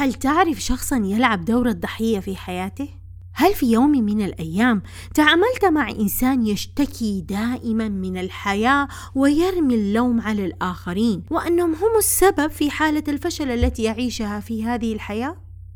هل تعرف شخصاً يلعب دور الضحية في حياته؟ هل في يوم من الأيام تعاملت مع إنسان يشتكي دائماً من الحياة ويرمي اللوم على الآخرين وأنهم هم السبب في حالة الفشل التي يعيشها في هذه الحياة؟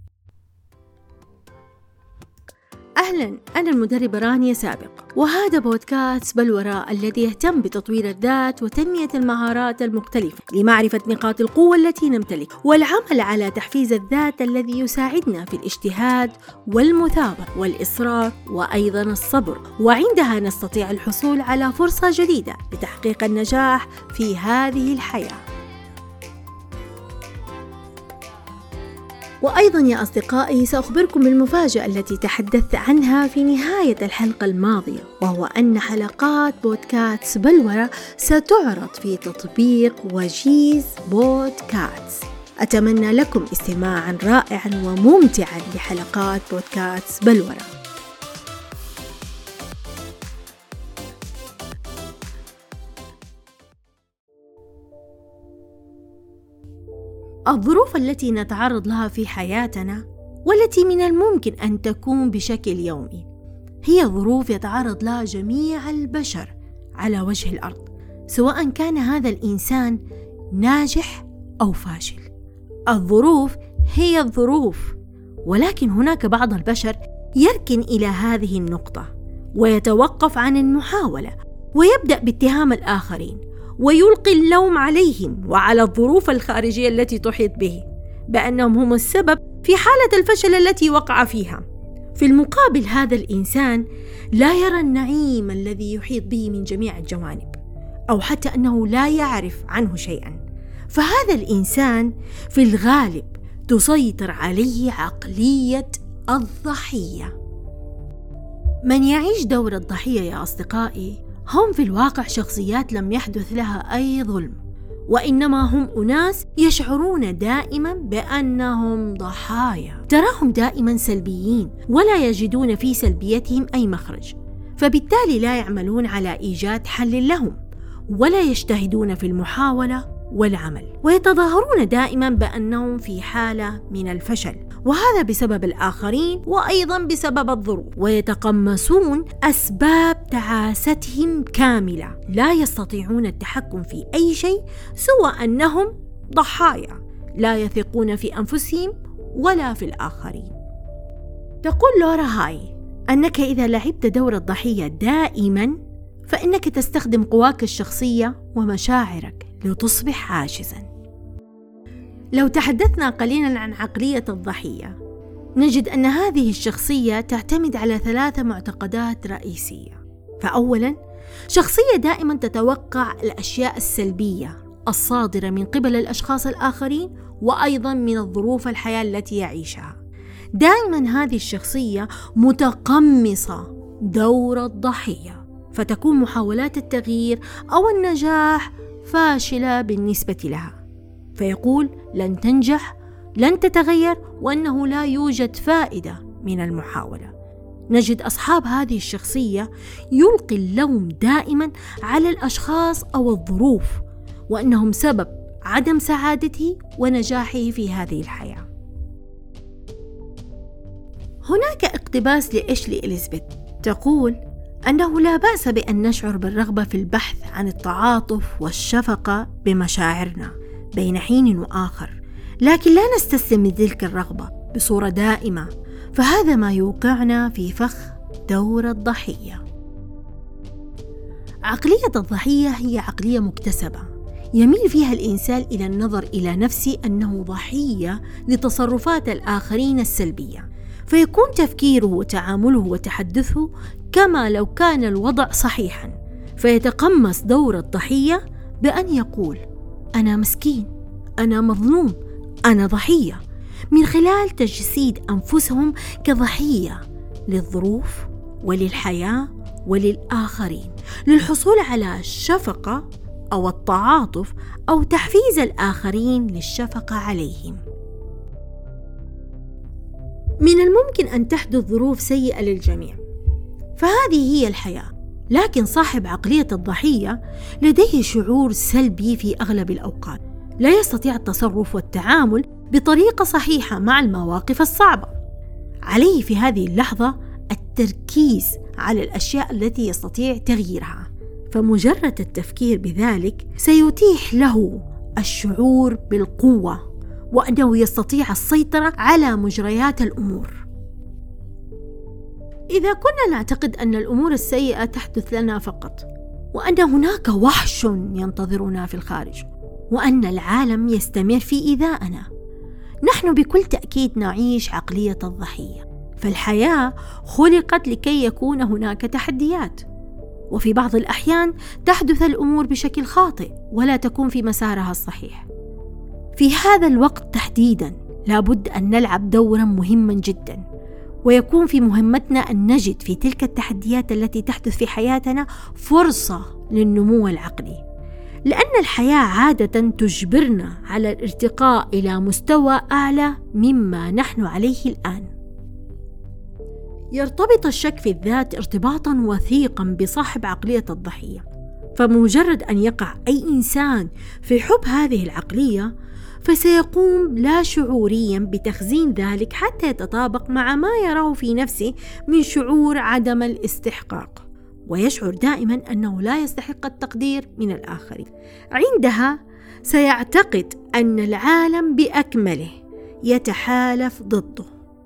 أهلاً، أنا المدربة رانيا سابق، وهذا بودكاست بلورة الذي يهتم بتطوير الذات وتنمية المهارات المختلفة لمعرفة نقاط القوة التي نمتلك والعمل على تحفيز الذات الذي يساعدنا في الاجتهاد والمثابرة والإصرار وأيضاً الصبر، وعندها نستطيع الحصول على فرصة جديدة لتحقيق النجاح في هذه الحياة. وأيضاً يا أصدقائي سأخبركم بالمفاجأة التي تحدثت عنها في نهاية الحلقة الماضية، وهو أن حلقات بودكاست بلورة ستعرض في تطبيق وجيز بودكاست. أتمنى لكم استماعاً رائعاً وممتعاً لحلقات بودكاست بلورة. الظروف التي نتعرض لها في حياتنا والتي من الممكن أن تكون بشكل يومي هي ظروف يتعرض لها جميع البشر على وجه الأرض، سواء كان هذا الإنسان ناجح أو فاشل. الظروف هي الظروف، ولكن هناك بعض البشر يركن إلى هذه النقطة ويتوقف عن المحاولة ويبدأ باتهام الآخرين ويلقي اللوم عليهم وعلى الظروف الخارجية التي تحيط به بأنهم هم السبب في حالة الفشل التي وقع فيها. في المقابل هذا الإنسان لا يرى النعيم الذي يحيط به من جميع الجوانب، أو حتى أنه لا يعرف عنه شيئا. فهذا الإنسان في الغالب تسيطر عليه عقلية الضحية. من يعيش دور الضحية يا أصدقائي هم في الواقع شخصيات لم يحدث لها أي ظلم، وإنما هم أناس يشعرون دائما بأنهم ضحايا. تراهم دائما سلبيين ولا يجدون في سلبيتهم أي مخرج، فبالتالي لا يعملون على إيجاد حل لهم ولا يجتهدون في المحاولة والعمل، ويتظاهرون دائما بأنهم في حالة من الفشل، وهذا بسبب الآخرين وأيضا بسبب الظروف، ويتقمصون أسباب تعاستهم كاملة. لا يستطيعون التحكم في أي شيء سوى أنهم ضحايا، لا يثقون في أنفسهم ولا في الآخرين. تقول لورا هاي أنك إذا لعبت دور الضحية دائما فإنك تستخدم قواك الشخصية ومشاعرك لتصبح عاجزا. لو تحدثنا قليلا عن عقلية الضحية نجد أن هذه الشخصية تعتمد على 3 معتقدات رئيسية. فأولا، شخصية دائما تتوقع الأشياء السلبية الصادرة من قبل الأشخاص الآخرين وأيضا من الظروف الحياة التي يعيشها. دائما هذه الشخصية متقمصة دور الضحية، فتكون محاولات التغيير أو النجاح فاشلة بالنسبة لها، فيقول لن تنجح، لن تتغير، وأنه لا يوجد فائدة من المحاولة. نجد أصحاب هذه الشخصية يلقي اللوم دائما على الأشخاص أو الظروف، وأنهم سبب عدم سعادته ونجاحه في هذه الحياة. هناك اقتباس لإشلي إليزابيث تقول أنه لا بأس بأن نشعر بالرغبة في البحث عن التعاطف والشفقة بمشاعرنا بين حين وآخر، لكن لا نستسلم لتلك الرغبة بصورة دائمة، فهذا ما يوقعنا في فخ دور الضحية. عقلية الضحية هي عقلية مكتسبة يميل فيها الإنسان إلى النظر إلى نفسه أنه ضحية لتصرفات الآخرين السلبية، فيكون تفكيره وتعامله وتحدثه كما لو كان الوضع صحيحا، فيتقمص دور الضحية بأن يقول أنا مسكين، أنا مظلوم، أنا ضحية، من خلال تجسيد أنفسهم كضحية للظروف وللحياة وللآخرين، للحصول على الشفقة أو التعاطف أو تحفيز الآخرين للشفقة عليهم. من الممكن أن تحدث ظروف سيئة للجميع، فهذه هي الحياة، لكن صاحب عقلية الضحية لديه شعور سلبي في أغلب الأوقات، لا يستطيع التصرف والتعامل بطريقة صحيحة مع المواقف الصعبة. عليه في هذه اللحظة التركيز على الأشياء التي يستطيع تغييرها، فمجرد التفكير بذلك سيتيح له الشعور بالقوة وأنه يستطيع السيطرة على مجريات الأمور. إذا كنا نعتقد أن الأمور السيئة تحدث لنا فقط، وأن هناك وحش ينتظرنا في الخارج، وأن العالم يستمر في إيذائنا، نحن بكل تأكيد نعيش عقلية الضحية. فالحياة خلقت لكي يكون هناك تحديات، وفي بعض الأحيان تحدث الأمور بشكل خاطئ ولا تكون في مسارها الصحيح. في هذا الوقت تحديدا لابد أن نلعب دورا مهما جدا، ويكون في مهمتنا أن نجد في تلك التحديات التي تحدث في حياتنا فرصة للنمو العقلي، لأن الحياة عادة تجبرنا على الارتقاء إلى مستوى أعلى مما نحن عليه الآن. يرتبط الشك في الذات ارتباطا وثيقا بصاحب عقلية الضحية، فمجرد أن يقع أي إنسان في حب هذه العقلية فسيقوم لا شعوريا بتخزين ذلك حتى يتطابق مع ما يراه في نفسه من شعور عدم الاستحقاق، ويشعر دائما أنه لا يستحق التقدير من الآخرين. عندها سيعتقد أن العالم بأكمله يتحالف ضده.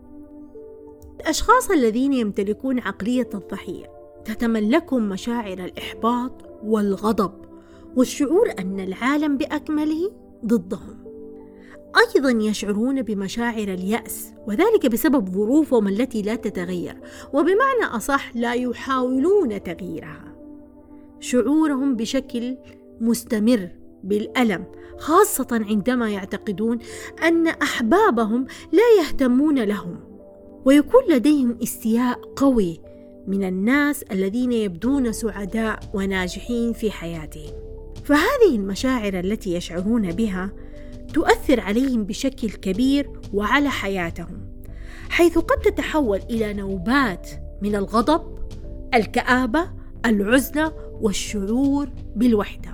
الأشخاص الذين يمتلكون عقلية الضحية تتملكهم مشاعر الإحباط والغضب والشعور أن العالم بأكمله ضدهم. أيضا يشعرون بمشاعر اليأس، وذلك بسبب ظروفهم التي لا تتغير، وبمعنى أصح لا يحاولون تغييرها. شعورهم بشكل مستمر بالألم، خاصة عندما يعتقدون أن أحبابهم لا يهتمون لهم، ويكون لديهم استياء قوي من الناس الذين يبدون سعداء وناجحين في حياتهم. فهذه المشاعر التي يشعرون بها تؤثر عليهم بشكل كبير وعلى حياتهم، حيث قد تتحول إلى نوبات من الغضب، الكآبة، العزلة والشعور بالوحدة.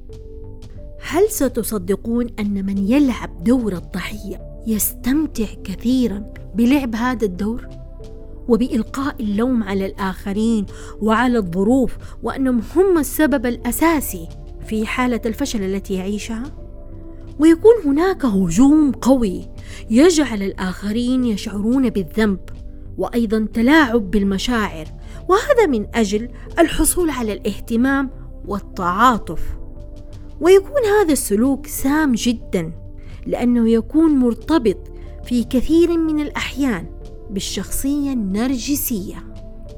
هل ستصدقون أن من يلعب دور الضحية يستمتع كثيرا بلعب هذا الدور وبإلقاء اللوم على الآخرين وعلى الظروف، وأنهم هم السبب الأساسي في حالة الفشل التي يعيشها؟ ويكون هناك هجوم قوي يجعل الآخرين يشعرون بالذنب، وأيضا تلاعب بالمشاعر، وهذا من أجل الحصول على الاهتمام والتعاطف. ويكون هذا السلوك سام جدا، لأنه يكون مرتبط في كثير من الأحيان بالشخصية النرجسية.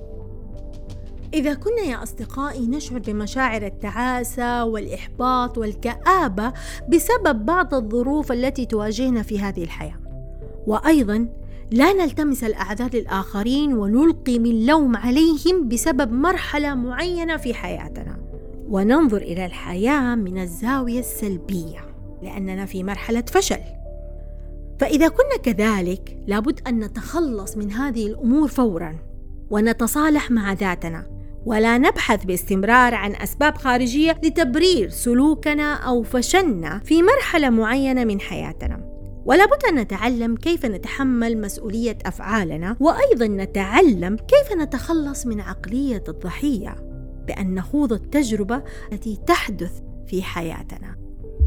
إذا كنا يا أصدقائي نشعر بمشاعر التعاسة والإحباط والكآبة بسبب بعض الظروف التي تواجهنا في هذه الحياة، وأيضا لا نلتمس الأعذار للآخرين ونلقي من لوم عليهم بسبب مرحلة معينة في حياتنا، وننظر إلى الحياة من الزاوية السلبية لأننا في مرحلة فشل، فإذا كنا كذلك لابد أن نتخلص من هذه الأمور فورا ونتصالح مع ذاتنا، ولا نبحث باستمرار عن أسباب خارجية لتبرير سلوكنا أو فشلنا في مرحلة معينة من حياتنا. ولا بد أن نتعلم كيف نتحمل مسؤولية أفعالنا، وأيضا نتعلم كيف نتخلص من عقلية الضحية بأن نخوض التجربة التي تحدث في حياتنا.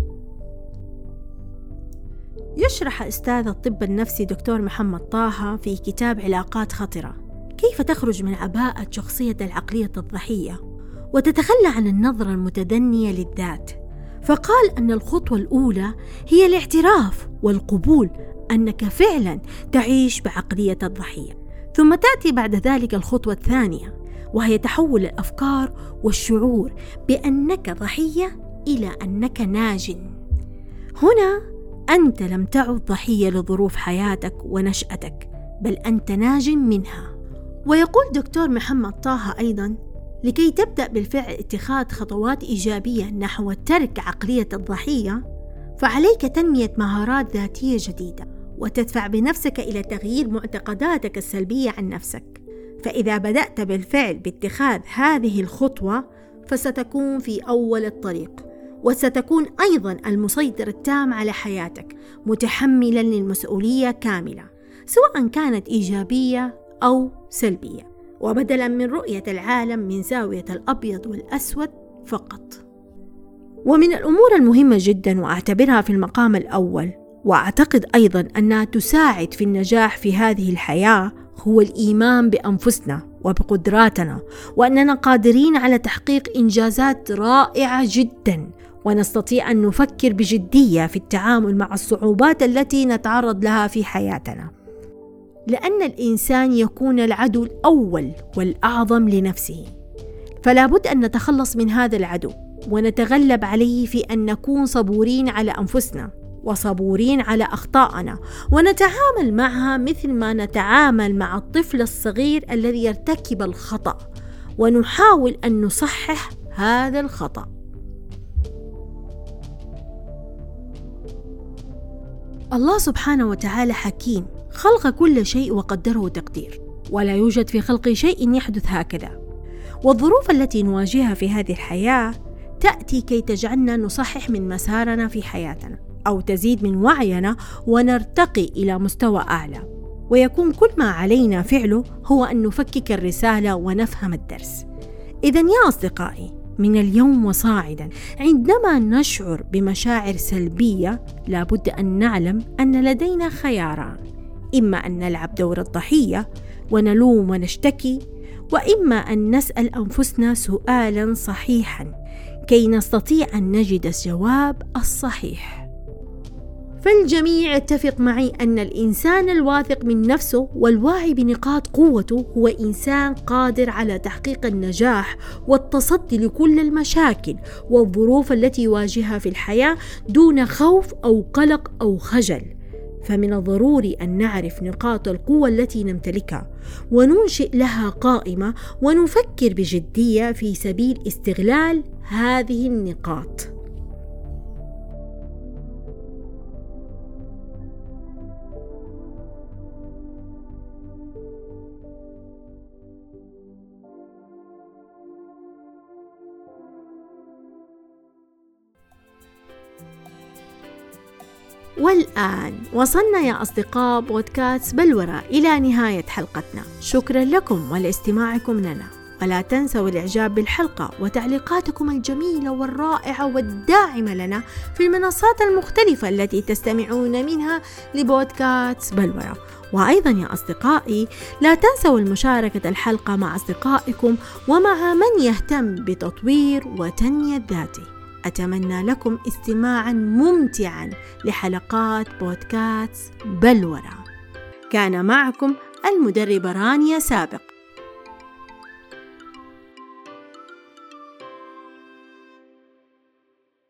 يشرح أستاذ الطب النفسي دكتور محمد طه في كتاب علاقات خطرة كيف تخرج من عباءة شخصية العقلية الضحية وتتخلى عن النظرة المتدنية للذات، فقال أن الخطوة الأولى هي الاعتراف والقبول أنك فعلا تعيش بعقلية الضحية، ثم تأتي بعد ذلك الخطوة الثانية، وهي تحول الأفكار والشعور بأنك ضحية إلى أنك ناج. هنا أنت لم تعد ضحية لظروف حياتك ونشأتك، بل أنت ناج منها. ويقول دكتور محمد طه أيضا: لكي تبدأ بالفعل اتخاذ خطوات إيجابية نحو ترك عقلية الضحية، فعليك تنمية مهارات ذاتية جديدة، وتدفع بنفسك إلى تغيير معتقداتك السلبية عن نفسك. فإذا بدأت بالفعل باتخاذ هذه الخطوة فستكون في أول الطريق، وستكون أيضا المسيطر التام على حياتك، متحملا للمسؤولية كاملة سواء كانت إيجابية أو سلبية، وبدلا من رؤية العالم من زاوية الأبيض والأسود فقط. ومن الأمور المهمة جدا وأعتبرها في المقام الأول، وأعتقد أيضا أنها تساعد في النجاح في هذه الحياة، هو الإيمان بأنفسنا وبقدراتنا، وأننا قادرين على تحقيق إنجازات رائعة جدا، ونستطيع أن نفكر بجدية في التعامل مع الصعوبات التي نتعرض لها في حياتنا، لأن الإنسان يكون العدو الأول والأعظم لنفسه، فلا بد أن نتخلص من هذا العدو ونتغلب عليه في أن نكون صبورين على أنفسنا وصبورين على أخطائنا، ونتعامل معها مثل ما نتعامل مع الطفل الصغير الذي يرتكب الخطأ، ونحاول أن نصحح هذا الخطأ. الله سبحانه وتعالى حكيم، خلق كل شيء وقدره تقدير، ولا يوجد في خلق شيء يحدث هكذا. والظروف التي نواجهها في هذه الحياة تأتي كي تجعلنا نصحح من مسارنا في حياتنا، أو تزيد من وعينا ونرتقي إلى مستوى أعلى، ويكون كل ما علينا فعله هو أن نفكك الرسالة ونفهم الدرس. إذن يا أصدقائي، من اليوم وصاعدا عندما نشعر بمشاعر سلبية لابد أن نعلم أن لدينا خياران: إما أن نلعب دور الضحية ونلوم ونشتكي، وإما أن نسأل أنفسنا سؤالا صحيحا كي نستطيع أن نجد الجواب الصحيح. فالجميع يتفق معي أن الإنسان الواثق من نفسه والواعي بنقاط قوته هو إنسان قادر على تحقيق النجاح والتصدي لكل المشاكل والظروف التي يواجهها في الحياة دون خوف أو قلق أو خجل. فمن الضروري أن نعرف نقاط القوة التي نمتلكها وننشئ لها قائمة، ونفكر بجدية في سبيل استغلال هذه النقاط. والآن وصلنا يا أصدقاء بودكاست بلورة إلى نهاية حلقتنا. شكرا لكم ولاستماعكم لنا، ولا تنسوا الإعجاب بالحلقة وتعليقاتكم الجميلة والرائعة والداعمة لنا في المنصات المختلفة التي تستمعون منها لبودكاست بلورة. وأيضا يا أصدقائي، لا تنسوا المشاركة الحلقة مع أصدقائكم ومع من يهتم بتطوير وتنمية ذاته. أتمنى لكم استماعا ممتعا لحلقات بودكاست بلورة. كان معكم المدربة رانيا سابق.